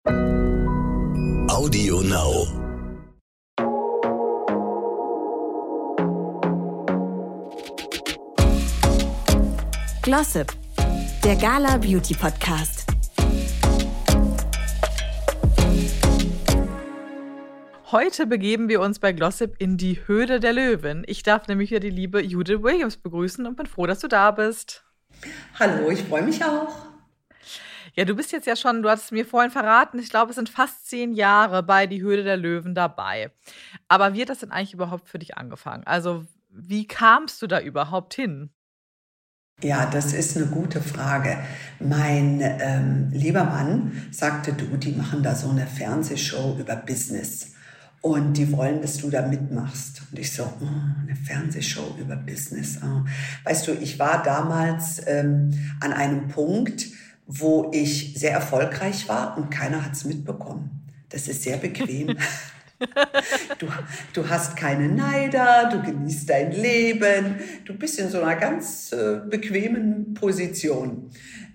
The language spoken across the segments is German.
Audio Now. Glossip, der Gala Beauty Podcast. Heute begeben wir uns bei Glossip in die Höhle der Löwen. Ich darf nämlich hier die liebe Judith Williams begrüßen und bin froh, dass du da bist. Hallo, ich freue mich auch. Ja, du bist jetzt ja schon, du hattest mir vorhin verraten, ich glaube, es sind fast 10 Jahre bei die Höhle der Löwen dabei. Aber wie hat das denn eigentlich überhaupt für dich angefangen? Also, wie kamst du da überhaupt hin? Ja, das ist eine gute Frage. Mein lieber Mann sagte, die machen da so eine Fernsehshow über Business und die wollen, dass du da mitmachst. Und ich so, eine Fernsehshow über Business. Oh. Weißt du, ich war damals an einem Punkt, wo ich sehr erfolgreich war und keiner hat es mitbekommen. Das ist sehr bequem. Du hast keine Neider, du genießt dein Leben, du bist in so einer ganz bequemen Position.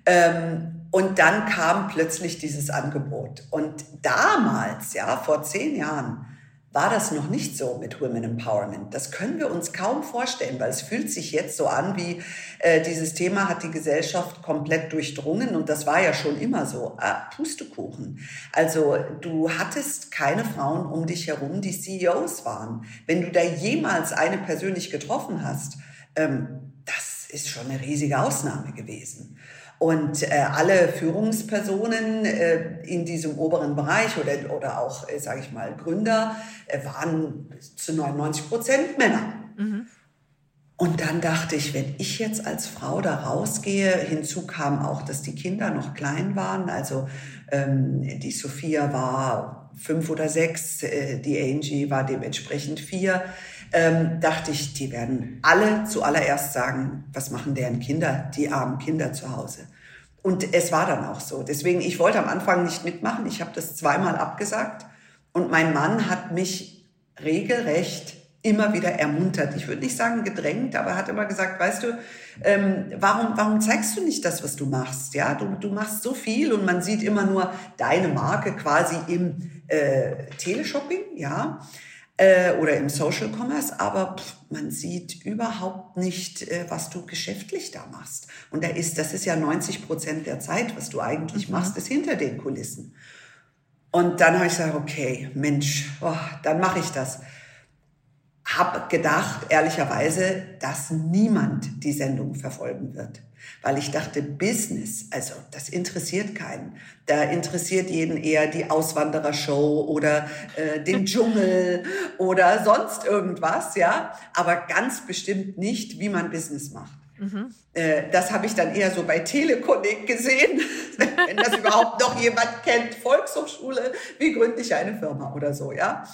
Und dann kam plötzlich dieses Angebot. Und damals, ja, vor 10 Jahren, war das noch nicht so mit Women Empowerment. Das können wir uns kaum vorstellen, weil es fühlt sich jetzt so an, wie dieses Thema hat die Gesellschaft komplett durchdrungen und das war ja schon immer so. Pustekuchen. Also du hattest keine Frauen um dich herum, die CEOs waren. Wenn du da jemals eine persönlich getroffen hast, das ist schon eine riesige Ausnahme gewesen. Und alle Führungspersonen in diesem oberen Bereich oder auch, sage ich mal, Gründer waren zu 99% Männer. Mhm. Und dann dachte ich, wenn ich jetzt als Frau da rausgehe, hinzu kam auch, dass die Kinder noch klein waren. Also die Sophia war 5 oder 6, die Angie war dementsprechend 4. Dachte ich, die werden alle zuallererst sagen, was machen deren Kinder, die armen Kinder zu Hause. Und es war dann auch so. Deswegen, ich wollte am Anfang nicht mitmachen. Ich habe das 2-mal abgesagt. Und mein Mann hat mich regelrecht immer wieder ermuntert. Ich würde nicht sagen gedrängt, aber er hat immer gesagt, weißt du, warum zeigst du nicht das, was du machst? Ja, du machst so viel und man sieht immer nur deine Marke quasi im Teleshopping, ja. Oder im Social Commerce, aber man sieht überhaupt nicht, was du geschäftlich da machst. Und das ist ja 90% der Zeit, was du eigentlich machst, ist hinter den Kulissen. Und dann habe ich gesagt, okay, Mensch, dann mache ich das. Hab gedacht, ehrlicherweise, dass niemand die Sendung verfolgen wird. Weil ich dachte, Business, also das interessiert keinen. Da interessiert jeden eher die Auswanderershow oder den Dschungel oder sonst irgendwas, ja. Aber ganz bestimmt nicht, wie man Business macht. Mhm. Das habe ich dann eher so bei Telekonik gesehen, wenn das überhaupt noch jemand kennt. Volkshochschule, wie gründe ich eine Firma oder so, ja.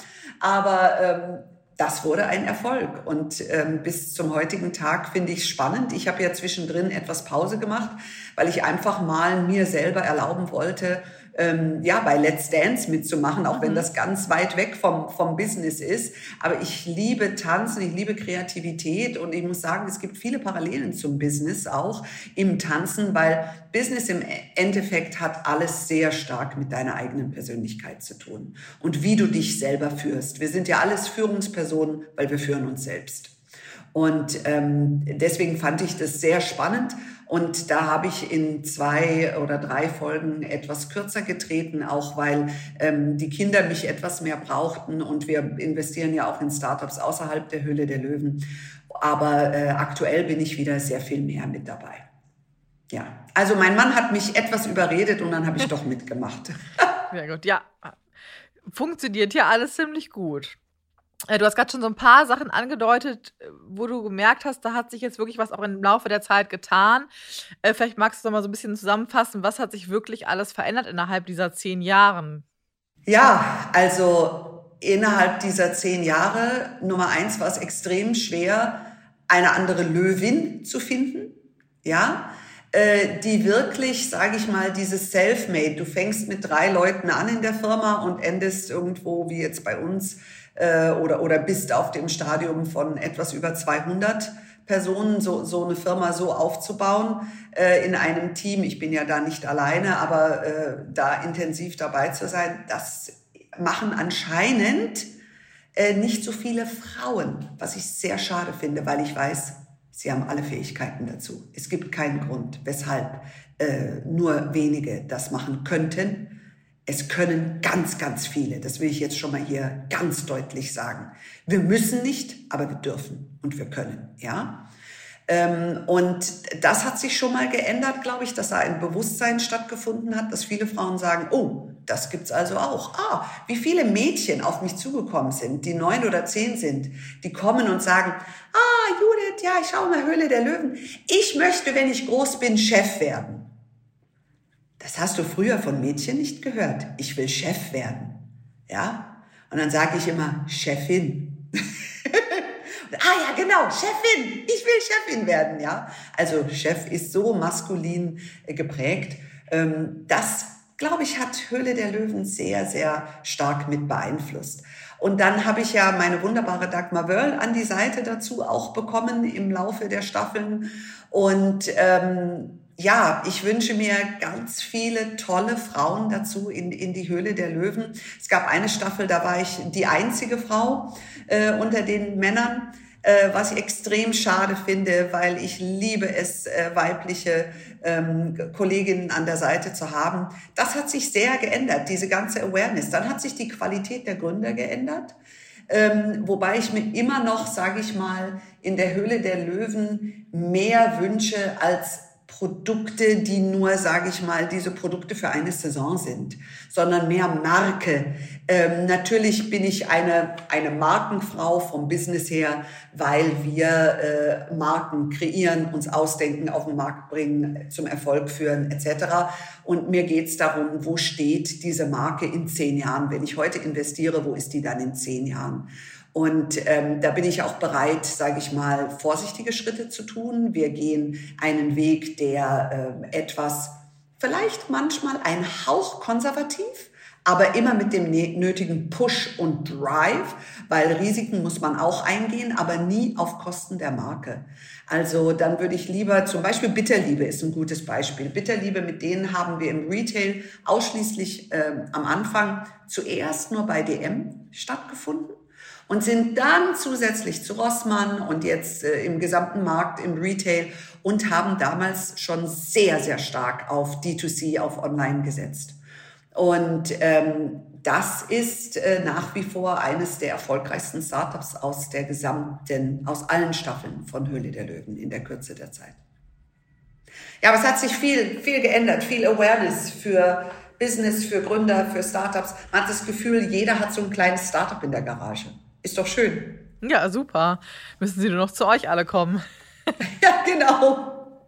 Aber das wurde ein Erfolg und bis zum heutigen Tag finde ich es spannend. Ich habe ja zwischendrin etwas Pause gemacht, weil ich einfach mal mir selber erlauben wollte, bei Let's Dance mitzumachen, auch wenn das ganz weit weg vom Business ist. Aber ich liebe Tanzen, ich liebe Kreativität und ich muss sagen, es gibt viele Parallelen zum Business auch im Tanzen, weil Business im Endeffekt hat alles sehr stark mit deiner eigenen Persönlichkeit zu tun und wie du dich selber führst. Wir sind ja alles Führungspersonen, weil wir führen uns selbst. Und deswegen fand ich das sehr spannend. Und da habe ich in 2 oder 3 Folgen etwas kürzer getreten, auch weil die Kinder mich etwas mehr brauchten. Und wir investieren ja auch in Startups außerhalb der Höhle der Löwen. Aber aktuell bin ich wieder sehr viel mehr mit dabei. Ja, also mein Mann hat mich etwas überredet und dann habe ich doch mitgemacht. Sehr gut, ja. Funktioniert ja alles ziemlich gut. Du hast gerade schon so ein paar Sachen angedeutet, wo du gemerkt hast, da hat sich jetzt wirklich was auch im Laufe der Zeit getan. Vielleicht magst du noch mal so ein bisschen zusammenfassen, was hat sich wirklich alles verändert innerhalb dieser 10 Jahren? Ja, also innerhalb dieser 10 Jahre, Nummer 1 war es extrem schwer, eine andere Löwin zu finden, ja, die wirklich, sage ich mal, dieses Selfmade, du fängst mit 3 Leuten an in der Firma und endest irgendwo, wie jetzt bei uns, oder bist auf dem Stadium von etwas über 200 Personen so eine Firma so aufzubauen in einem Team. Ich bin ja da nicht alleine, aber da intensiv dabei zu sein, das machen anscheinend nicht so viele Frauen, was ich sehr schade finde, weil ich weiß, sie haben alle Fähigkeiten dazu. Es gibt keinen Grund, weshalb nur wenige das machen könnten. Es können ganz, ganz viele. Das will ich jetzt schon mal hier ganz deutlich sagen. Wir müssen nicht, aber wir dürfen und wir können, ja. Und das hat sich schon mal geändert, glaube ich, dass da ein Bewusstsein stattgefunden hat, dass viele Frauen sagen, oh, das gibt's also auch. Wie viele Mädchen auf mich zugekommen sind, die 9 oder 10 sind, die kommen und sagen, Judith, ja, ich schaue mal Höhle der Löwen. Ich möchte, wenn ich groß bin, Chef werden. Das hast du früher von Mädchen nicht gehört. Ich will Chef werden. Ja? Und dann sage ich immer Chefin. Ja, genau, Chefin. Ich will Chefin werden, ja. Also Chef ist so maskulin geprägt. Das, glaube ich, hat Höhle der Löwen sehr, sehr stark mit beeinflusst. Und dann habe ich ja meine wunderbare Dagmar Wörl an die Seite dazu auch bekommen im Laufe der Staffeln. Und ich wünsche mir ganz viele tolle Frauen dazu in die Höhle der Löwen. Es gab eine Staffel, da war ich die einzige Frau unter den Männern, was ich extrem schade finde, weil ich liebe es, weibliche Kolleginnen an der Seite zu haben. Das hat sich sehr geändert, diese ganze Awareness. Dann hat sich die Qualität der Gründer geändert. Wobei ich mir immer noch, sage ich mal, in der Höhle der Löwen mehr wünsche als Produkte, die nur, sage ich mal, diese Produkte für eine Saison sind, sondern mehr Marke. Natürlich bin ich eine Markenfrau vom Business her, weil wir Marken kreieren, uns ausdenken, auf den Markt bringen, zum Erfolg führen etc. Und mir geht's darum, wo steht diese Marke in 10 Jahren? Wenn ich heute investiere, wo ist die dann in 10 Jahren? Und da bin ich auch bereit, sage ich mal, vorsichtige Schritte zu tun. Wir gehen einen Weg, der etwas, vielleicht manchmal ein Hauch konservativ, aber immer mit dem nötigen Push und Drive, weil Risiken muss man auch eingehen, aber nie auf Kosten der Marke. Also dann würde ich lieber, zum Beispiel Bitterliebe ist ein gutes Beispiel. Bitterliebe, mit denen haben wir im Retail ausschließlich am Anfang zuerst nur bei DM stattgefunden. Und sind dann zusätzlich zu Rossmann und jetzt im gesamten Markt im Retail und haben damals schon sehr, sehr stark auf D2C, auf Online gesetzt. Und das ist nach wie vor eines der erfolgreichsten Startups aus allen Staffeln von Höhle der Löwen in der Kürze der Zeit. Ja, aber es hat sich viel geändert, viel Awareness für Business, für Gründer, für Startups. Man hat das Gefühl, jeder hat so ein kleines Startup in der Garage. Ist doch schön. Ja, super. Müssen Sie nur noch zu euch alle kommen. Ja, genau.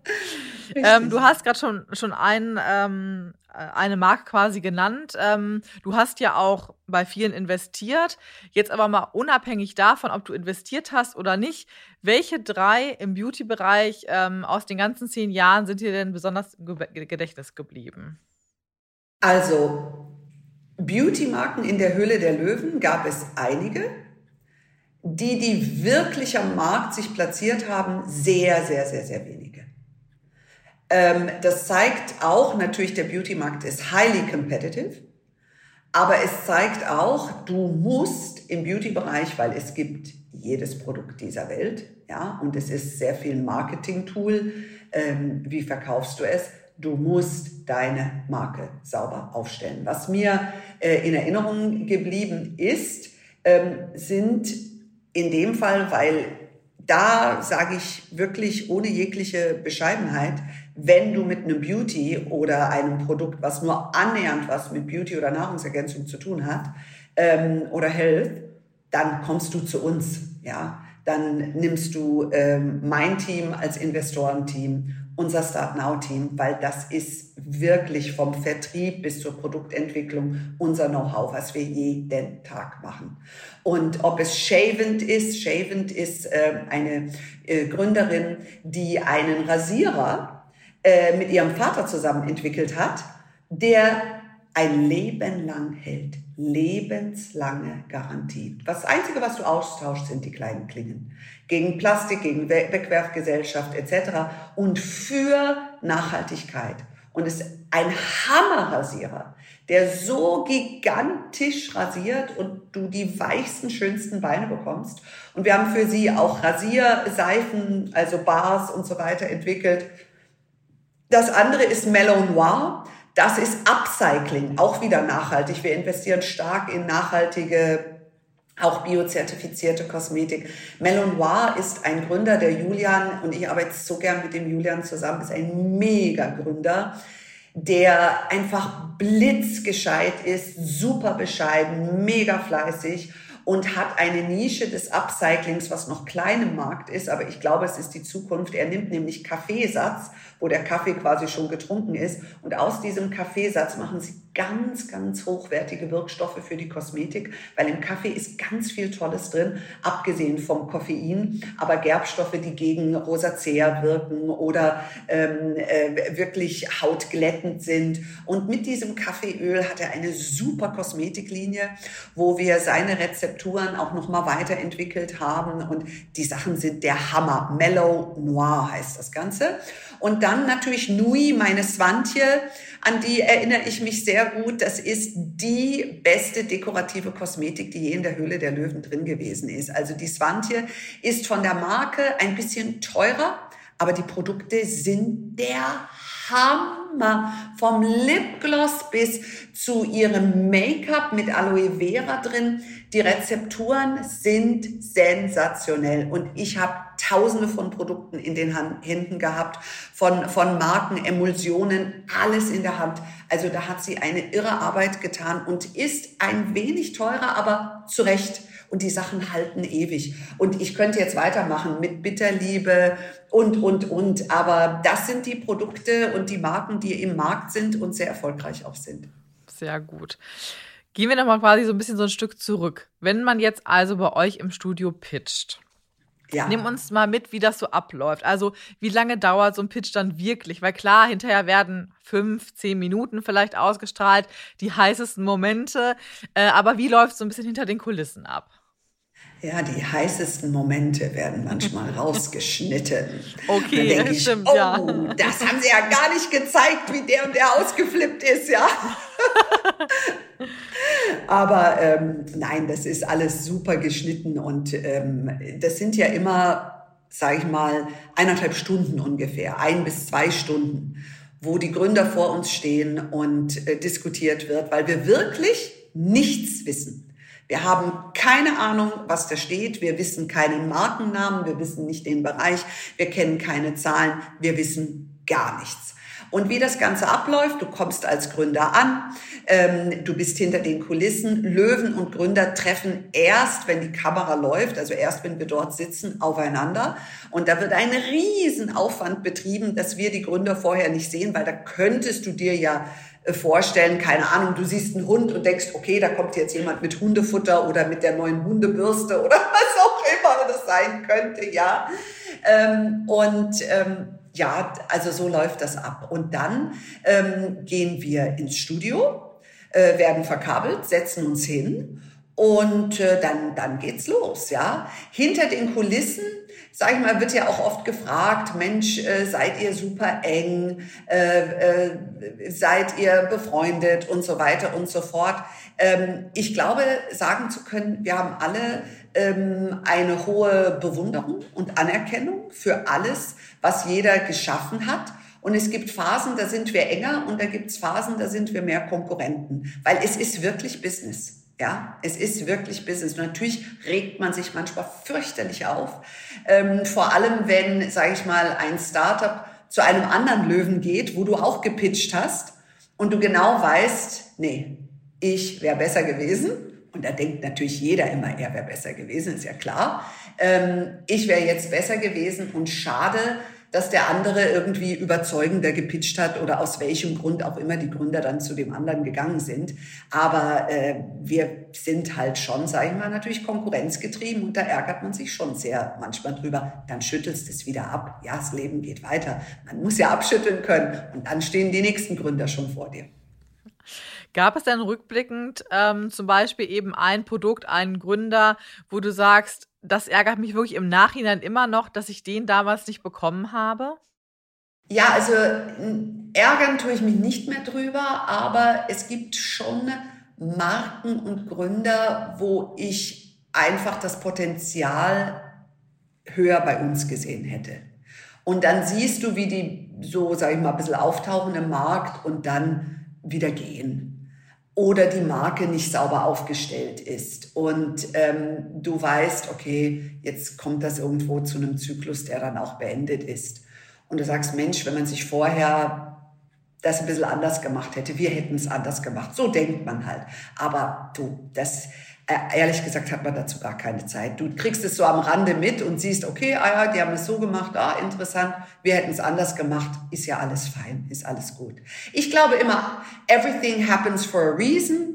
Du hast gerade schon eine Marke quasi genannt. Du hast ja auch bei vielen investiert. Jetzt aber mal unabhängig davon, ob du investiert hast oder nicht. Welche 3 im Beauty-Bereich aus den ganzen 10 Jahren sind dir denn besonders im Gedächtnis geblieben? Also, Beauty-Marken in der Höhle der Löwen gab es einige. Die wirklich am Markt sich platziert haben, sehr, sehr, sehr, sehr wenige. Das zeigt auch, natürlich der Beauty-Markt ist highly competitive, aber es zeigt auch, du musst im Beauty-Bereich, weil es gibt jedes Produkt dieser Welt, ja, und es ist sehr viel Marketing-Tool, wie verkaufst du es? Du musst deine Marke sauber aufstellen. Was mir in Erinnerung geblieben ist, sind in dem Fall, weil da sage ich wirklich ohne jegliche Bescheidenheit, wenn du mit einem Beauty oder einem Produkt, was nur annähernd was mit Beauty oder Nahrungsergänzung zu tun hat, oder Health, dann kommst du zu uns, ja. Dann nimmst du mein Team als Investorenteam, unser Start Now Team, weil das ist wirklich vom Vertrieb bis zur Produktentwicklung unser Know-how, was wir jeden Tag machen. Und ob es Shavent ist eine Gründerin, die einen Rasierer mit ihrem Vater zusammen entwickelt hat, der ein Leben lang hält. Lebenslange Garantie. Das Einzige, was du austauschst, sind die kleinen Klingen. Gegen Plastik, gegen Wegwerfgesellschaft etc. und für Nachhaltigkeit. Und es ist ein Hammerrasierer, der so gigantisch rasiert und du die weichsten, schönsten Beine bekommst. Und wir haben für sie auch Rasierseifen, also Bars und so weiter entwickelt. Das andere ist Mellow Noir. Das ist Upcycling, auch wieder nachhaltig. Wir investieren stark in nachhaltige, auch biozertifizierte Kosmetik. Mellow Noir ist ein Gründer, der Julian, und ich arbeite so gern mit dem Julian zusammen, ist ein Mega-Gründer, der einfach blitzgescheit ist, super bescheiden, mega fleißig und hat eine Nische des Upcyclings, was noch klein im Markt ist, aber ich glaube, es ist die Zukunft. Er nimmt nämlich Kaffeesatz, wo der Kaffee quasi schon getrunken ist, und aus diesem Kaffeesatz machen sie ganz, ganz hochwertige Wirkstoffe für die Kosmetik, weil im Kaffee ist ganz viel Tolles drin, abgesehen vom Koffein, aber Gerbstoffe, die gegen Rosacea wirken oder wirklich hautglättend sind. Und mit diesem Kaffeeöl hat er eine super Kosmetiklinie, wo wir seine Rezepturen auch nochmal weiterentwickelt haben, und die Sachen sind der Hammer. Mellow Noir heißt das Ganze. Und dann natürlich Nui, meine Swantje, an die erinnere ich mich sehr gut. Das ist die beste dekorative Kosmetik, die je in der Höhle der Löwen drin gewesen ist. Also die Swantje ist von der Marke ein bisschen teurer, aber die Produkte sind der Hammer. Vom Lipgloss bis zu ihrem Make-up mit Aloe Vera drin. Die Rezepturen sind sensationell. Und ich habe Tausende von Produkten in den Händen gehabt, von Marken, Emulsionen, alles in der Hand. Also da hat sie eine irre Arbeit getan und ist ein wenig teurer, aber zu Recht. Und die Sachen halten ewig. Und ich könnte jetzt weitermachen mit Bitterliebe und. Aber das sind die Produkte und die Marken, die im Markt sind und sehr erfolgreich auch sind. Sehr gut. Gehen wir nochmal quasi so ein bisschen so ein Stück zurück. Wenn man jetzt also bei euch im Studio pitcht, ja. Nimm uns mal mit, wie das so abläuft. Also wie lange dauert so ein Pitch dann wirklich? Weil klar, hinterher werden 5-10 Minuten vielleicht ausgestrahlt, die heißesten Momente. Aber wie läuft es so ein bisschen hinter den Kulissen ab? Ja, die heißesten Momente werden manchmal rausgeschnitten. Okay, dann denke ich, stimmt, oh, ja. Das haben sie ja gar nicht gezeigt, wie der und der ausgeflippt ist, ja. Aber nein, das ist alles super geschnitten und das sind ja immer, sage ich mal, 1,5 Stunden ungefähr, 1 bis 2 Stunden, wo die Gründer vor uns stehen und diskutiert wird, weil wir wirklich nichts wissen. Wir haben keine Ahnung, was da steht. Wir wissen keinen Markennamen. Wir wissen nicht den Bereich. Wir kennen keine Zahlen. Wir wissen gar nichts. Und wie das Ganze abläuft, du kommst als Gründer an, du bist hinter den Kulissen. Löwen und Gründer treffen erst, wenn die Kamera läuft, also erst, wenn wir dort sitzen, aufeinander. Und da wird ein Riesenaufwand betrieben, dass wir die Gründer vorher nicht sehen, weil da könntest du dir ja vorstellen, keine Ahnung, du siehst einen Hund und denkst, okay, da kommt jetzt jemand mit Hundefutter oder mit der neuen Hundebürste oder was auch immer das sein könnte, ja. Ja, also so läuft das ab. Und dann gehen wir ins Studio, werden verkabelt, setzen uns hin und dann geht's los, ja. Hinter den Kulissen, sag ich mal, wird ja auch oft gefragt, Mensch, seid ihr super eng, seid ihr befreundet und so weiter und so fort. Ich glaube, sagen zu können, wir haben alle eine hohe Bewunderung und Anerkennung für alles, was jeder geschaffen hat. Und es gibt Phasen, da sind wir enger und da gibt es Phasen, da sind wir mehr Konkurrenten, weil es ist wirklich Business. Ja, es ist wirklich Business. Und natürlich regt man sich manchmal fürchterlich auf. Vor allem, wenn, sage ich mal, ein Startup zu einem anderen Löwen geht, wo du auch gepitcht hast und du genau weißt, nee, ich wäre besser gewesen. Und da denkt natürlich jeder immer, er wäre besser gewesen, ist ja klar. Ich wäre jetzt besser gewesen und schade, dass der andere irgendwie überzeugender gepitcht hat oder aus welchem Grund auch immer die Gründer dann zu dem anderen gegangen sind. Aber wir sind halt schon, sage ich mal, natürlich konkurrenzgetrieben und da ärgert man sich schon sehr manchmal drüber. Dann schüttelst du es wieder ab. Ja, das Leben geht weiter. Man muss ja abschütteln können und dann stehen die nächsten Gründer schon vor dir. Gab es denn rückblickend zum Beispiel eben ein Produkt, einen Gründer, wo du sagst, das ärgert mich wirklich im Nachhinein immer noch, dass ich den damals nicht bekommen habe? Ja, also ärgern tue ich mich nicht mehr drüber, aber es gibt schon Marken und Gründer, wo ich einfach das Potenzial höher bei uns gesehen hätte. Und dann siehst du, wie die so, sag ich mal, ein bisschen auftauchen im Markt und dann wieder gehen. Oder die Marke nicht sauber aufgestellt ist. Und du weißt, okay, jetzt kommt das irgendwo zu einem Zyklus, der dann auch beendet ist. Und du sagst, Mensch, wenn man sich vorher das ein bisschen anders gemacht hätte, wir hätten es anders gemacht. So denkt man halt. Aber du, das... Ehrlich gesagt hat man dazu gar keine Zeit. Du kriegst es so am Rande mit und siehst, okay, die haben es so gemacht, interessant, wir hätten es anders gemacht, ist ja alles fein, ist alles gut. Ich glaube immer, everything happens for a reason,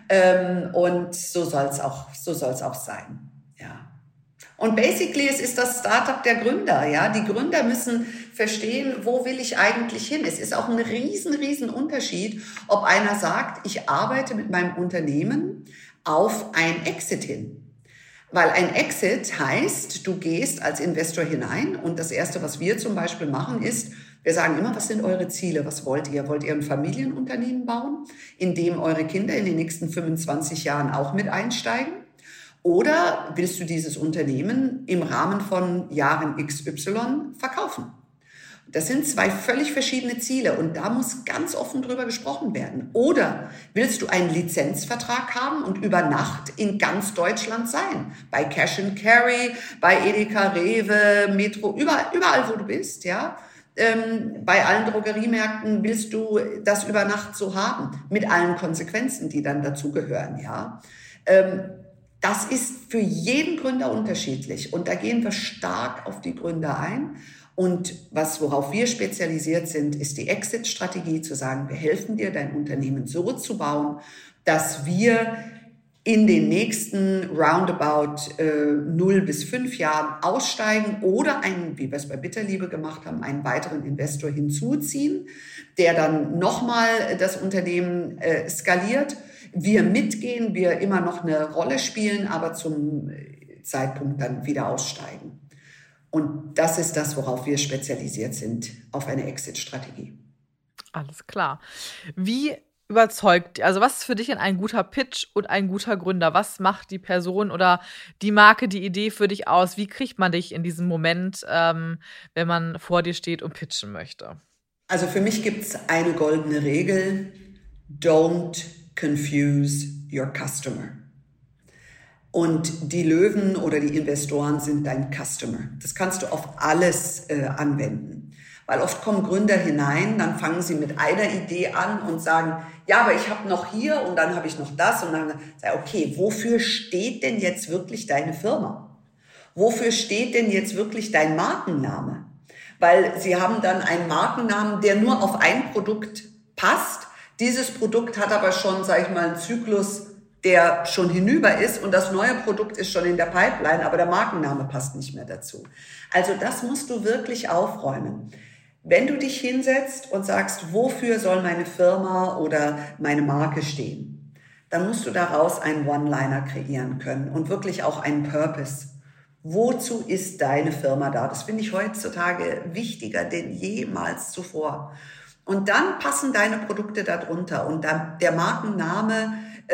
und so soll's auch sein. Ja. Und basically, es ist das Startup der Gründer. Ja, die Gründer müssen verstehen, wo will ich eigentlich hin? Es ist auch ein riesen Unterschied, ob einer sagt, ich arbeite mit meinem Unternehmen auf ein Exit hin. Weil ein Exit heißt, du gehst als Investor hinein und das Erste, was wir zum Beispiel machen, ist, wir sagen immer, was sind eure Ziele? Was wollt ihr? Wollt ihr ein Familienunternehmen bauen, in dem eure Kinder in den nächsten 25 Jahren auch mit einsteigen? Oder willst du dieses Unternehmen im Rahmen von Jahren XY verkaufen? Das sind zwei völlig verschiedene Ziele und da muss ganz offen drüber gesprochen werden. Oder willst du einen Lizenzvertrag haben und über Nacht in ganz Deutschland sein? Bei Cash & Carry, bei Edeka, Rewe, Metro, überall wo du bist, ja. Bei allen Drogeriemärkten willst du das über Nacht so haben, mit allen Konsequenzen, die dann dazugehören, ja. Das ist für jeden Gründer unterschiedlich und da gehen wir stark auf die Gründer ein. Und worauf wir spezialisiert sind, ist die Exit-Strategie, zu sagen, wir helfen dir, dein Unternehmen so zu bauen, dass wir in den nächsten roundabout 0 bis 5 Jahren aussteigen oder wie wir es bei Bitterliebe gemacht haben, einen weiteren Investor hinzuziehen, der dann nochmal das Unternehmen skaliert. Wir mitgehen, wir immer noch eine Rolle spielen, aber zum Zeitpunkt dann wieder aussteigen. Und das ist das, worauf wir spezialisiert sind, auf eine Exit-Strategie. Alles klar. Wie überzeugt, also was ist für dich denn ein guter Pitch und ein guter Gründer? Was macht die Person oder die Marke, die Idee für dich aus? Wie kriegt man dich in diesem Moment, wenn man vor dir steht und pitchen möchte? Also für mich gibt es eine goldene Regel: Don't confuse your customer. Und die Löwen oder die Investoren sind dein Customer. Das kannst du auf alles anwenden. Weil oft kommen Gründer hinein, dann fangen sie mit einer Idee an und sagen, ja, aber ich habe noch hier und dann habe ich noch das. Und dann sage ich, okay, wofür steht denn jetzt wirklich deine Firma? Wofür steht denn jetzt wirklich dein Markenname? Weil sie haben dann einen Markennamen, der nur auf ein Produkt passt. Dieses Produkt hat aber schon, sage ich mal, einen Zyklus, der schon hinüber ist und das neue Produkt ist schon in der Pipeline, aber der Markenname passt nicht mehr dazu. Also das musst du wirklich aufräumen. Wenn du dich hinsetzt und sagst, wofür soll meine Firma oder meine Marke stehen, dann musst du daraus einen One-Liner kreieren können und wirklich auch einen Purpose. Wozu ist deine Firma da? Das finde ich heutzutage wichtiger denn jemals zuvor. Und dann passen deine Produkte darunter und dann der Markenname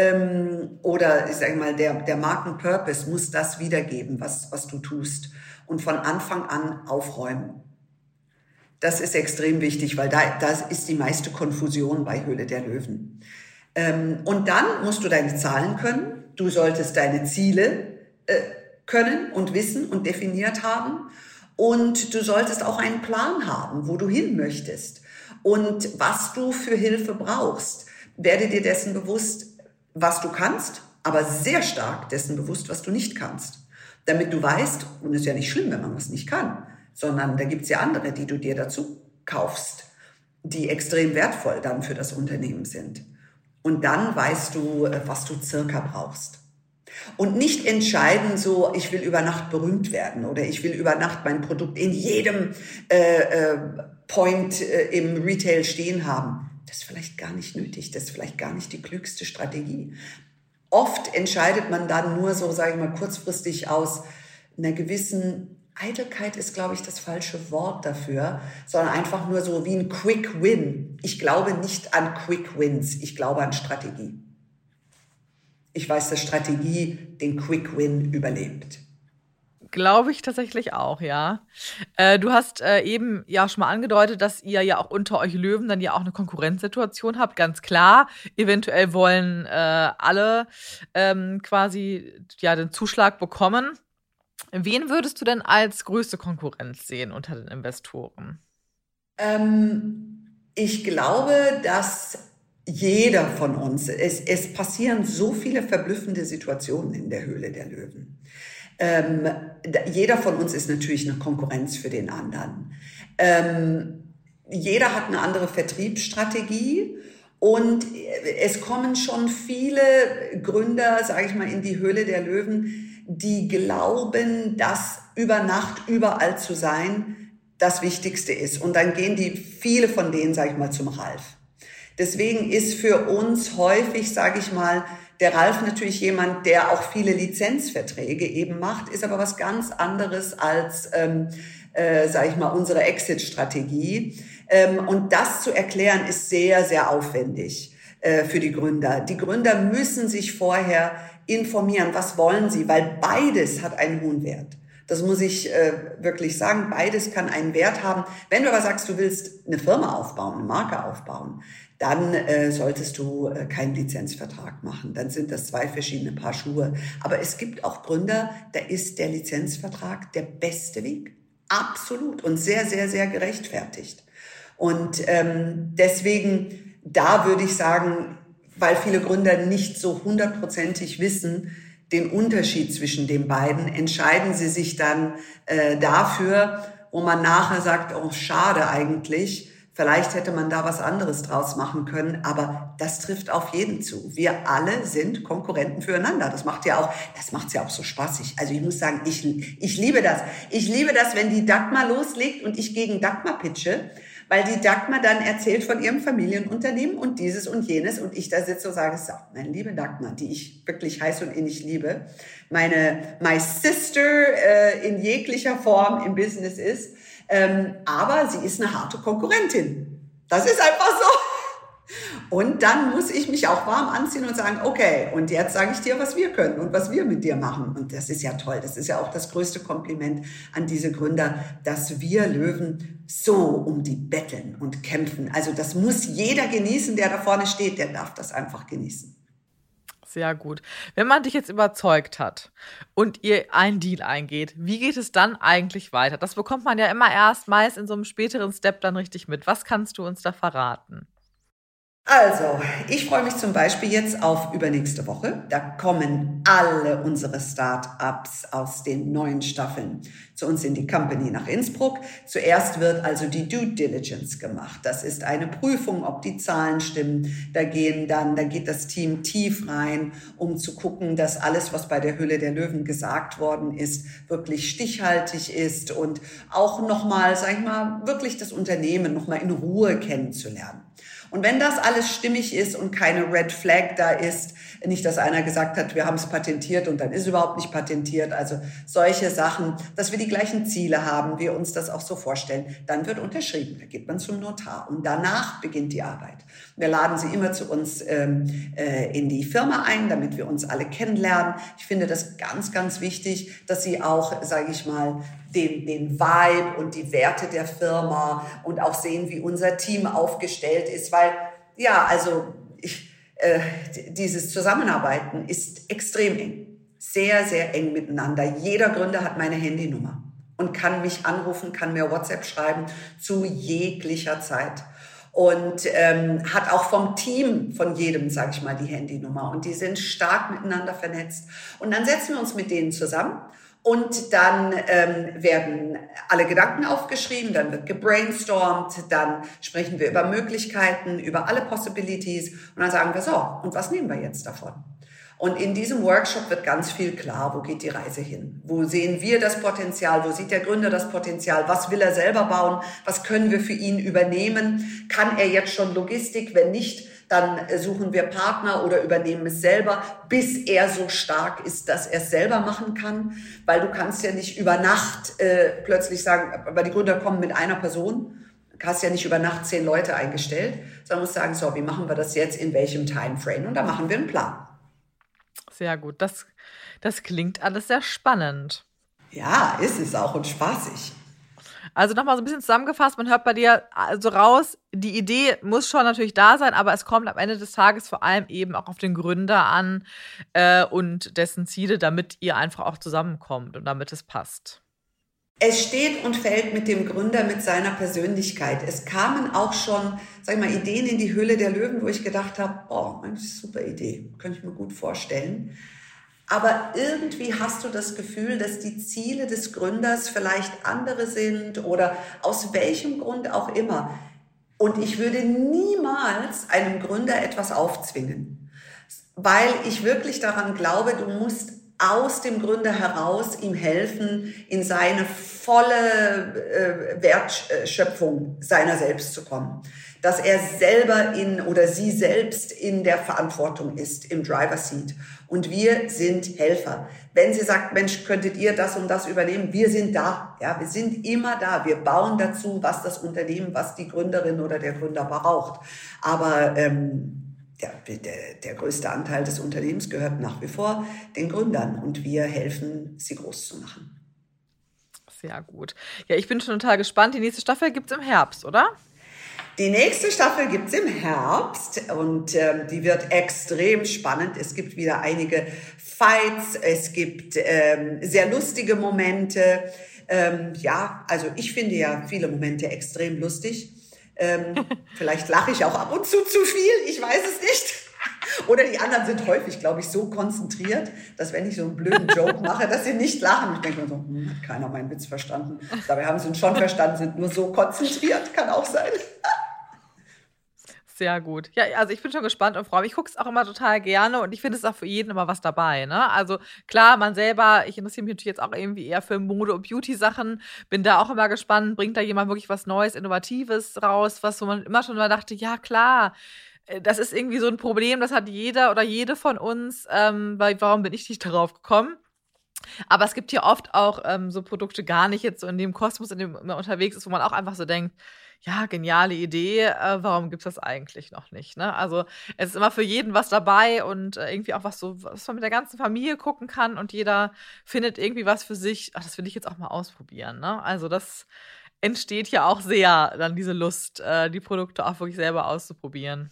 oder ich sage mal, der Markenpurpose muss das wiedergeben, was du tust. Und von Anfang an aufräumen. Das ist extrem wichtig, weil da ist die meiste Konfusion bei Höhle der Löwen. Und dann musst du deine Zahlen können. Du solltest deine Ziele können und wissen und definiert haben. Und du solltest auch einen Plan haben, wo du hin möchtest. Und was du für Hilfe brauchst. Werde dir dessen bewusst, was du kannst, aber sehr stark dessen bewusst, was du nicht kannst. Damit du weißt, und es ist ja nicht schlimm, wenn man was nicht kann, sondern da gibt's ja andere, die du dir dazu kaufst, die extrem wertvoll dann für das Unternehmen sind. Und dann weißt du, was du circa brauchst. Und nicht entscheiden so, ich will über Nacht berühmt werden oder ich will über Nacht mein Produkt in jedem Point im Retail stehen haben. das ist vielleicht gar nicht nötig, das ist vielleicht gar nicht die klügste Strategie. Oft entscheidet man dann nur so, sage ich mal, kurzfristig aus einer gewissen Eitelkeit ist, glaube ich, das falsche Wort dafür, sondern einfach nur so wie ein Quick Win. Ich glaube nicht an Quick Wins, ich glaube an Strategie. Ich weiß, dass Strategie den Quick Win überlebt. Glaube ich tatsächlich auch, ja. Du hast eben ja schon mal angedeutet, dass ihr ja auch unter euch Löwen dann ja auch eine Konkurrenzsituation habt, ganz klar. Eventuell wollen alle quasi ja den Zuschlag bekommen. Wen würdest du denn als größte Konkurrenz sehen unter den Investoren? Ich glaube, dass jeder von uns, es passieren so viele verblüffende Situationen in der Höhle der Löwen. Jeder von uns ist natürlich eine Konkurrenz für den anderen. Jeder hat eine andere Vertriebsstrategie und es kommen schon viele Gründer, sage ich mal, in die Höhle der Löwen, die glauben, dass über Nacht überall zu sein das Wichtigste ist. Und dann gehen viele von denen, sage ich mal, zum Ralf. Deswegen ist für uns häufig, sage ich mal, der Ralf natürlich jemand, der auch viele Lizenzverträge eben macht, ist aber was ganz anderes als, sage ich mal, unsere Exit-Strategie. Und das zu erklären ist sehr, sehr aufwendig für die Gründer. Die Gründer müssen sich vorher informieren, was wollen sie, weil beides hat einen hohen Wert. Das muss ich wirklich sagen, beides kann einen Wert haben. Wenn du aber sagst, du willst eine Firma aufbauen, eine Marke aufbauen, dann solltest du keinen Lizenzvertrag machen. Dann sind das 2 verschiedene Paar Schuhe. Aber es gibt auch Gründer, da ist der Lizenzvertrag der beste Weg. Absolut. Und sehr, sehr, sehr gerechtfertigt. Und deswegen, da würde ich sagen, weil viele Gründer nicht so 100%ig wissen, den Unterschied zwischen den beiden, entscheiden sie sich dann dafür, wo man nachher sagt, oh, schade eigentlich, vielleicht hätte man da was anderes draus machen können, aber das trifft auf jeden zu. Wir alle sind Konkurrenten füreinander. Das macht's ja auch so spaßig. Also ich muss sagen, ich liebe das. Ich liebe das, wenn die Dagmar loslegt und ich gegen Dagmar pitche, weil die Dagmar dann erzählt von ihrem Familienunternehmen und dieses und jenes und ich da sitze und sage, so, meine liebe Dagmar, die ich wirklich heiß und innig liebe, my sister in jeglicher Form im Business ist, aber sie ist eine harte Konkurrentin. Das ist einfach so. Und dann muss ich mich auch warm anziehen und sagen, okay, und jetzt sage ich dir, was wir können und was wir mit dir machen. Und das ist ja toll. Das ist ja auch das größte Kompliment an diese Gründer, dass wir Löwen so um die betteln und kämpfen. Also das muss jeder genießen, der da vorne steht. Der darf das einfach genießen. Sehr gut. Wenn man dich jetzt überzeugt hat und ihr einen Deal eingeht, wie geht es dann eigentlich weiter? Das bekommt man ja immer erst meist in so einem späteren Step dann richtig mit. Was kannst du uns da verraten? Also, ich freue mich zum Beispiel jetzt auf übernächste Woche. Da kommen alle unsere Start-ups aus den neuen Staffeln zu uns in die Company nach Innsbruck. Zuerst wird also die Due Diligence gemacht. Das ist eine Prüfung, ob die Zahlen stimmen. Da geht das Team tief rein, um zu gucken, dass alles, was bei der Höhle der Löwen gesagt worden ist, wirklich stichhaltig ist und auch nochmal, sag ich mal, wirklich das Unternehmen nochmal in Ruhe kennenzulernen. Und wenn das alles stimmig ist und keine Red Flag da ist, nicht, dass einer gesagt hat, wir haben es patentiert und dann ist es überhaupt nicht patentiert, also solche Sachen, dass wir die gleichen Ziele haben, wir uns das auch so vorstellen, dann wird unterschrieben, da geht man zum Notar und danach beginnt die Arbeit. Wir laden sie immer zu uns in die Firma ein, damit wir uns alle kennenlernen. Ich finde das ganz, ganz wichtig, dass sie auch, sage ich mal, den Vibe und die Werte der Firma und auch sehen, wie unser Team aufgestellt ist, weil, ja, also dieses Zusammenarbeiten ist extrem eng, sehr, sehr eng miteinander. Jeder Gründer hat meine Handynummer und kann mich anrufen, kann mir WhatsApp schreiben zu jeglicher Zeit. Und hat auch vom Team von jedem, sage ich mal, die Handynummer. Und die sind stark miteinander vernetzt. Und dann setzen wir uns mit denen zusammen. Und dann werden alle Gedanken aufgeschrieben, dann wird gebrainstormt, dann sprechen wir über Möglichkeiten, über alle Possibilities und dann sagen wir so, und was nehmen wir jetzt davon? Und in diesem Workshop wird ganz viel klar, wo geht die Reise hin? Wo sehen wir das Potenzial? Wo sieht der Gründer das Potenzial? Was will er selber bauen? Was können wir für ihn übernehmen? Kann er jetzt schon Logistik? Wenn nicht, dann suchen wir Partner oder übernehmen es selber, bis er so stark ist, dass er es selber machen kann. Weil du kannst ja nicht über Nacht plötzlich sagen, weil die Gründer kommen mit einer Person, du hast ja nicht über Nacht 10 Leute eingestellt, sondern musst sagen, so, wie machen wir das jetzt, in welchem Timeframe? Und da machen wir einen Plan. Sehr gut. Das klingt alles sehr spannend. Ja, ist es auch und spaßig. Also nochmal so ein bisschen zusammengefasst, man hört bei dir so raus, die Idee muss schon natürlich da sein, aber es kommt am Ende des Tages vor allem eben auch auf den Gründer an und dessen Ziele, damit ihr einfach auch zusammenkommt und damit es passt. Es steht und fällt mit dem Gründer, mit seiner Persönlichkeit. Es kamen auch schon, sag ich mal, Ideen in die Höhle der Löwen, wo ich gedacht habe, oh, eigentlich super Idee, könnte ich mir gut vorstellen. Aber irgendwie hast du das Gefühl, dass die Ziele des Gründers vielleicht andere sind oder aus welchem Grund auch immer. Und ich würde niemals einem Gründer etwas aufzwingen, weil ich wirklich daran glaube, du musst aus dem Gründer heraus ihm helfen, in seine volle Wertschöpfung seiner selbst zu kommen. Dass er selber oder sie selbst in der Verantwortung ist, im Driver's Seat. Und wir sind Helfer. Wenn sie sagt, Mensch, könntet ihr das und das übernehmen? Wir sind da. Ja, wir sind immer da. Wir bauen dazu, was das Unternehmen, was die Gründerin oder der Gründer braucht. Aber der größte Anteil des Unternehmens gehört nach wie vor den Gründern und wir helfen, sie groß zu machen. Sehr gut. Ja, ich bin schon total gespannt. Die nächste Staffel gibt's im Herbst, oder? Die nächste Staffel gibt's im Herbst und die wird extrem spannend. Es gibt wieder einige Fights, es gibt sehr lustige Momente. Also ich finde ja viele Momente extrem lustig. Vielleicht lache ich auch ab und zu viel, ich weiß es nicht. Oder die anderen sind häufig, glaube ich, so konzentriert, dass wenn ich so einen blöden Joke mache, dass sie nicht lachen. Ich denke mir so, hat keiner meinen Witz verstanden. Dabei haben sie ihn schon verstanden, sind nur so konzentriert, kann auch sein. Sehr gut. Ja, also ich bin schon gespannt und freue mich. Ich gucke es auch immer total gerne und ich finde, es ist auch für jeden immer was dabei, ne? Also klar, man selber, ich interessiere mich natürlich jetzt auch irgendwie eher für Mode- und Beauty-Sachen, bin da auch immer gespannt, bringt da jemand wirklich was Neues, Innovatives raus, was wo man immer schon mal dachte, ja klar, das ist irgendwie so ein Problem, das hat jeder oder jede von uns, weil warum bin ich nicht darauf gekommen? Aber es gibt hier oft auch so Produkte gar nicht jetzt so in dem Kosmos, in dem man unterwegs ist, wo man auch einfach so denkt, ja, geniale Idee, warum gibt's das eigentlich noch nicht, ne? Also, es ist immer für jeden was dabei und irgendwie auch was man mit der ganzen Familie gucken kann und jeder findet irgendwie was für sich. Ach, das will ich jetzt auch mal ausprobieren, ne? Also, das entsteht ja auch sehr dann diese Lust, die Produkte auch wirklich selber auszuprobieren.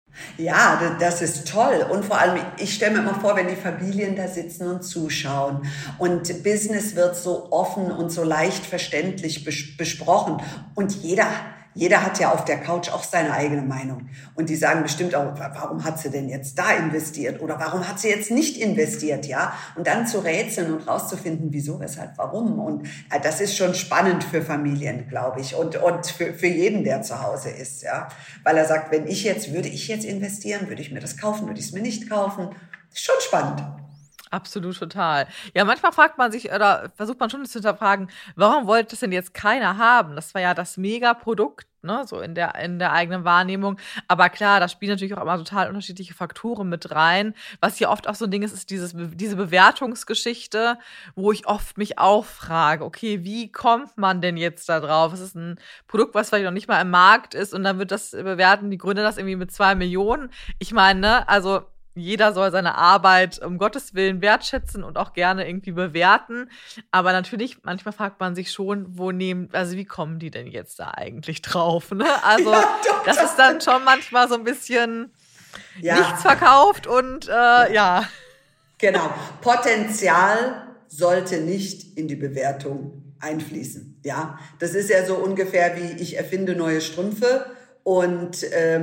Ja, das ist toll. Und vor allem, ich stelle mir immer vor, wenn die Familien da sitzen und zuschauen und Business wird so offen und so leicht verständlich besprochen und jeder hat ja auf der Couch auch seine eigene Meinung. Und die sagen bestimmt auch, warum hat sie denn jetzt da investiert? Oder warum hat sie jetzt nicht investiert? Ja, und dann zu rätseln und rauszufinden, wieso, weshalb, warum. Und das ist schon spannend für Familien, glaube ich. Und für jeden, der zu Hause ist. Ja, weil er sagt, würde ich jetzt investieren? Würde ich mir das kaufen? Würde ich es mir nicht kaufen? Ist schon spannend. Absolut, total. Ja, manchmal fragt man sich oder versucht man schon zu hinterfragen, warum wollte das denn jetzt keiner haben? Das war ja das Megaprodukt, ne, so in der eigenen Wahrnehmung. Aber klar, da spielen natürlich auch immer total unterschiedliche Faktoren mit rein. Was hier oft auch so ein Ding ist diese Bewertungsgeschichte, wo ich oft mich auch frage, okay, wie kommt man denn jetzt da drauf? Es ist ein Produkt, was vielleicht noch nicht mal im Markt ist und dann wird das bewerten, die Gründer das irgendwie mit 2 Millionen. Ich meine, ne, also jeder soll seine Arbeit um Gottes Willen wertschätzen und auch gerne irgendwie bewerten. Aber natürlich, manchmal fragt man sich schon, wie kommen die denn jetzt da eigentlich drauf? Ne? Also, ja, das ist dann schon manchmal so ein bisschen nichts verkauft und ja. Genau. Potenzial sollte nicht in die Bewertung einfließen. Ja, das ist ja so ungefähr wie ich erfinde neue Strümpfe und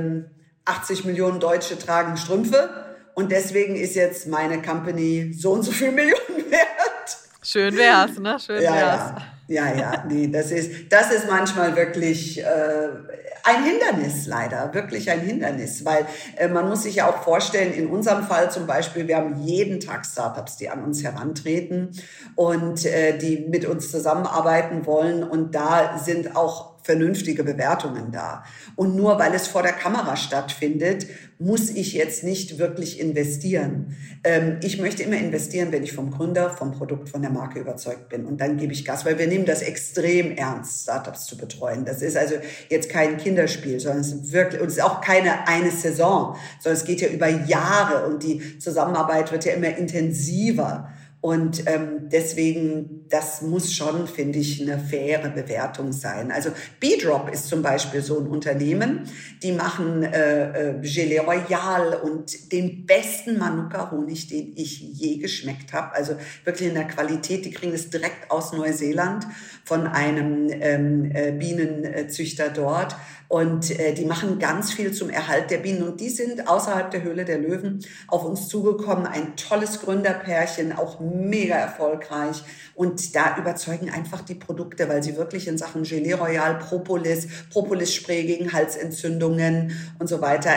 80 Millionen Deutsche tragen Strümpfe. Und deswegen ist jetzt meine Company so und so viel Millionen wert. Schön wär's, ne? Schön wär's. Ja. Nee, das ist manchmal wirklich ein Hindernis leider, wirklich ein Hindernis, weil man muss sich ja auch vorstellen, in unserem Fall zum Beispiel, wir haben jeden Tag Startups, die an uns herantreten und die mit uns zusammenarbeiten wollen, und da sind auch vernünftige Bewertungen da. Und nur weil es vor der Kamera stattfindet, muss ich jetzt nicht wirklich investieren. Ich möchte immer investieren, wenn ich vom Gründer, vom Produkt, von der Marke überzeugt bin. Und dann gebe ich Gas, weil wir nehmen das extrem ernst, Startups zu betreuen. Das ist also jetzt kein Kinderspiel, sondern es ist wirklich, und es ist auch keine eine Saison, sondern es geht ja über Jahre und die Zusammenarbeit wird ja immer intensiver. Und deswegen, das muss schon, finde ich, eine faire Bewertung sein. Also B-Drop ist zum Beispiel so ein Unternehmen, die machen Gelee Royal und den besten Manuka-Honig, den ich je geschmeckt habe. Also wirklich in der Qualität, die kriegen es direkt aus Neuseeland von einem Bienenzüchter dort. Und die machen ganz viel zum Erhalt der Bienen. Und die sind außerhalb der Höhle der Löwen auf uns zugekommen. Ein tolles Gründerpärchen, auch mega erfolgreich. Und da überzeugen einfach die Produkte, weil sie wirklich in Sachen Gelee Royal, Propolis-Spray gegen Halsentzündungen und so weiter.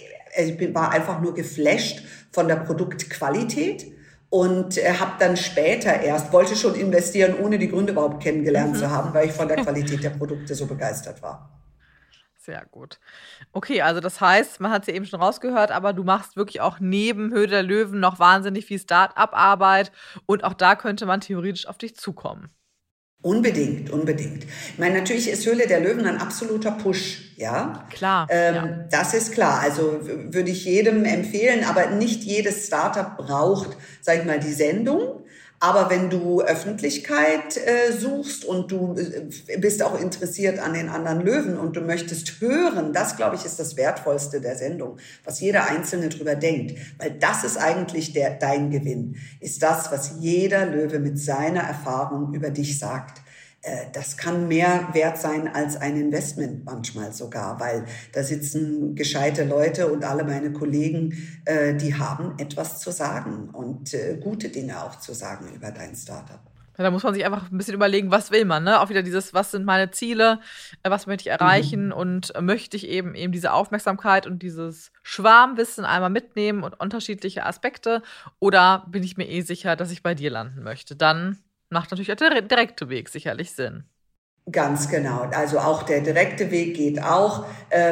Ich war einfach nur geflasht von der Produktqualität. Und habe dann später wollte schon investieren, ohne die Gründe überhaupt kennengelernt zu haben, weil ich von der Qualität der Produkte so begeistert war. Sehr gut. Okay, also das heißt, man hat es ja eben schon rausgehört, aber du machst wirklich auch neben Höhle der Löwen noch wahnsinnig viel Start-up-Arbeit und auch da könnte man theoretisch auf dich zukommen. Unbedingt. Ich meine, natürlich ist Höhle der Löwen ein absoluter Push, ja. Klar. Das ist klar. Also würde ich jedem empfehlen, aber nicht jedes Startup braucht, sag ich mal, die Sendung. Aber wenn du Öffentlichkeit suchst und du bist auch interessiert an den anderen Löwen und du möchtest hören, das, glaube ich, ist das Wertvollste der Sendung, was jeder Einzelne drüber denkt. Weil das ist eigentlich dein Gewinn, ist das, was jeder Löwe mit seiner Erfahrung über dich sagt. Das kann mehr wert sein als ein Investment manchmal sogar, weil da sitzen gescheite Leute und alle meine Kollegen, die haben etwas zu sagen und gute Dinge auch zu sagen über dein Startup. Da muss man sich einfach ein bisschen überlegen, was will man, ne? Auch wieder dieses, was sind meine Ziele, was möchte ich erreichen und möchte ich eben diese Aufmerksamkeit und dieses Schwarmwissen einmal mitnehmen und unterschiedliche Aspekte, oder bin ich mir sicher, dass ich bei dir landen möchte? Dann macht natürlich der direkte Weg sicherlich Sinn. Ganz genau. Also auch der direkte Weg geht auch.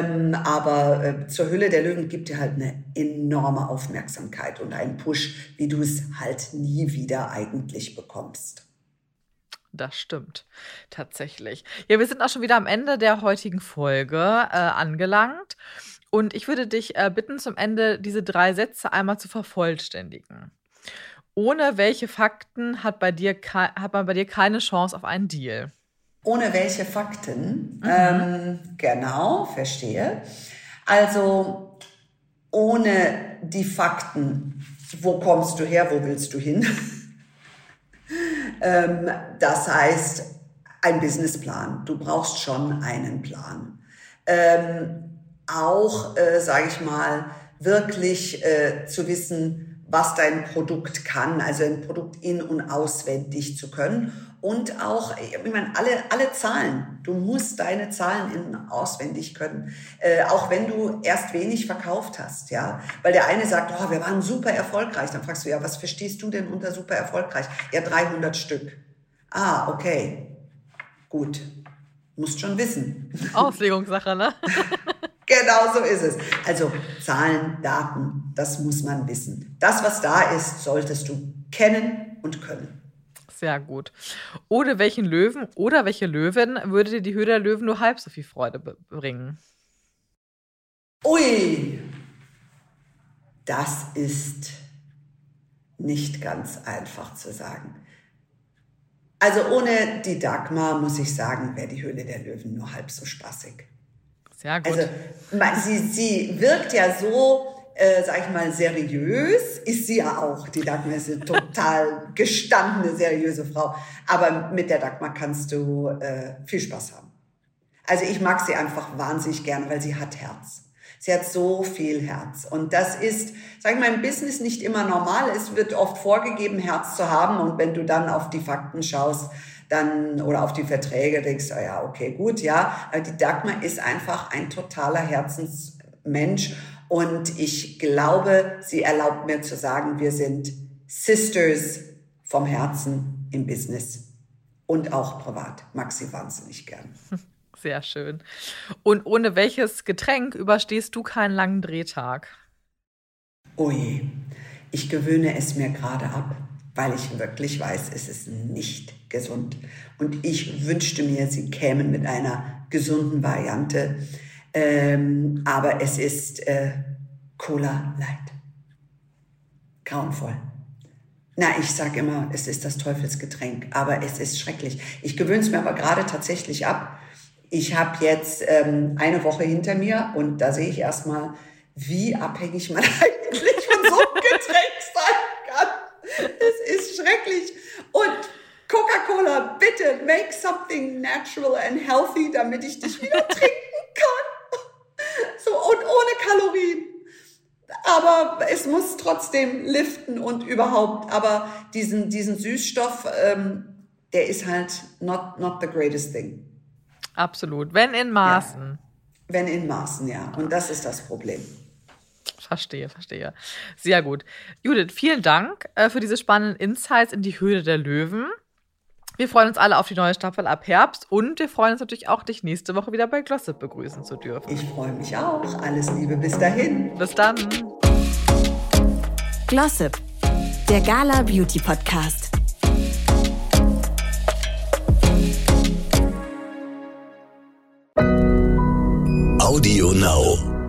Aber zur Höhle der Löwen gibt dir halt eine enorme Aufmerksamkeit und einen Push, wie du es halt nie wieder eigentlich bekommst. Das stimmt, tatsächlich. Ja, wir sind auch schon wieder am Ende der heutigen Folge angelangt. Und ich würde dich bitten, zum Ende diese 3 Sätze einmal zu vervollständigen. Ohne welche Fakten hat man bei dir keine Chance auf einen Deal? Ohne welche Fakten? Genau, verstehe. Also ohne die Fakten, wo kommst du her, wo willst du hin? Das heißt, ein Businessplan. Du brauchst schon einen Plan. Auch, sage ich mal, wirklich zu wissen, was dein Produkt kann, also ein Produkt in- und auswendig zu können. Und auch, ich meine, alle Zahlen. Du musst deine Zahlen in- und auswendig können. Auch wenn du erst wenig verkauft hast, ja. Weil der eine sagt, oh, wir waren super erfolgreich. Dann fragst du, ja, was verstehst du denn unter super erfolgreich? Ja, 300 Stück. Ah, okay. Gut. Musst schon wissen. Auslegungssache, ne? Genau so ist es. Also Zahlen, Daten, das muss man wissen. Das, was da ist, solltest du kennen und können. Sehr gut. Ohne welchen Löwen oder welche Löwin würde dir die Höhle der Löwen nur halb so viel Freude bringen? Ui, das ist nicht ganz einfach zu sagen. Also ohne die Dagmar, muss ich sagen, wäre die Höhle der Löwen nur halb so spaßig. Sehr gut. Also sie wirkt ja so, sag ich mal, seriös, ist sie ja auch. Die Dagmar ist eine total gestandene, seriöse Frau. Aber mit der Dagmar kannst du viel Spaß haben. Also ich mag sie einfach wahnsinnig gern, weil sie hat Herz. Sie hat so viel Herz. Und das ist, sag ich mal, im Business nicht immer normal. Es wird oft vorgegeben, Herz zu haben. Und wenn du dann auf die Fakten schaust, dann oder auf die Verträge, denkst du, ja, okay, gut, ja. Aber die Dagmar ist einfach ein totaler Herzensmensch und ich glaube, sie erlaubt mir zu sagen, wir sind Sisters vom Herzen im Business und auch privat. Mag sie wahnsinnig gern. Sehr schön. Und ohne welches Getränk überstehst du keinen langen Drehtag? Ui, ich gewöhne es mir gerade ab, weil ich wirklich weiß, es ist nicht gesund. Und ich wünschte mir, sie kämen mit einer gesunden Variante. Aber es ist Cola Light. Grauenvoll. Na, ich sage immer, es ist das Teufelsgetränk, aber es ist schrecklich. Ich gewöhne es mir aber gerade tatsächlich ab. Ich habe jetzt eine Woche hinter mir und da sehe ich erstmal, wie abhängig man eigentlich von so einem Getränk sein kann. Es ist schrecklich. Und Coca-Cola, bitte, make something natural and healthy, damit ich dich wieder trinken kann. So, und ohne Kalorien. Aber es muss trotzdem liften und überhaupt. Aber diesen Süßstoff, der ist halt not the greatest thing. Absolut. Wenn in Maßen. Ja. Wenn in Maßen, ja. Und das ist das Problem. Verstehe. Sehr gut. Judith, vielen Dank für diese spannenden Insights in die Höhle der Löwen. Wir freuen uns alle auf die neue Staffel ab Herbst und wir freuen uns natürlich auch, dich nächste Woche wieder bei Glossip begrüßen zu dürfen. Ich freue mich auch. Alles Liebe bis dahin. Bis dann. Glossip, der Gala Beauty Podcast. Audio Now.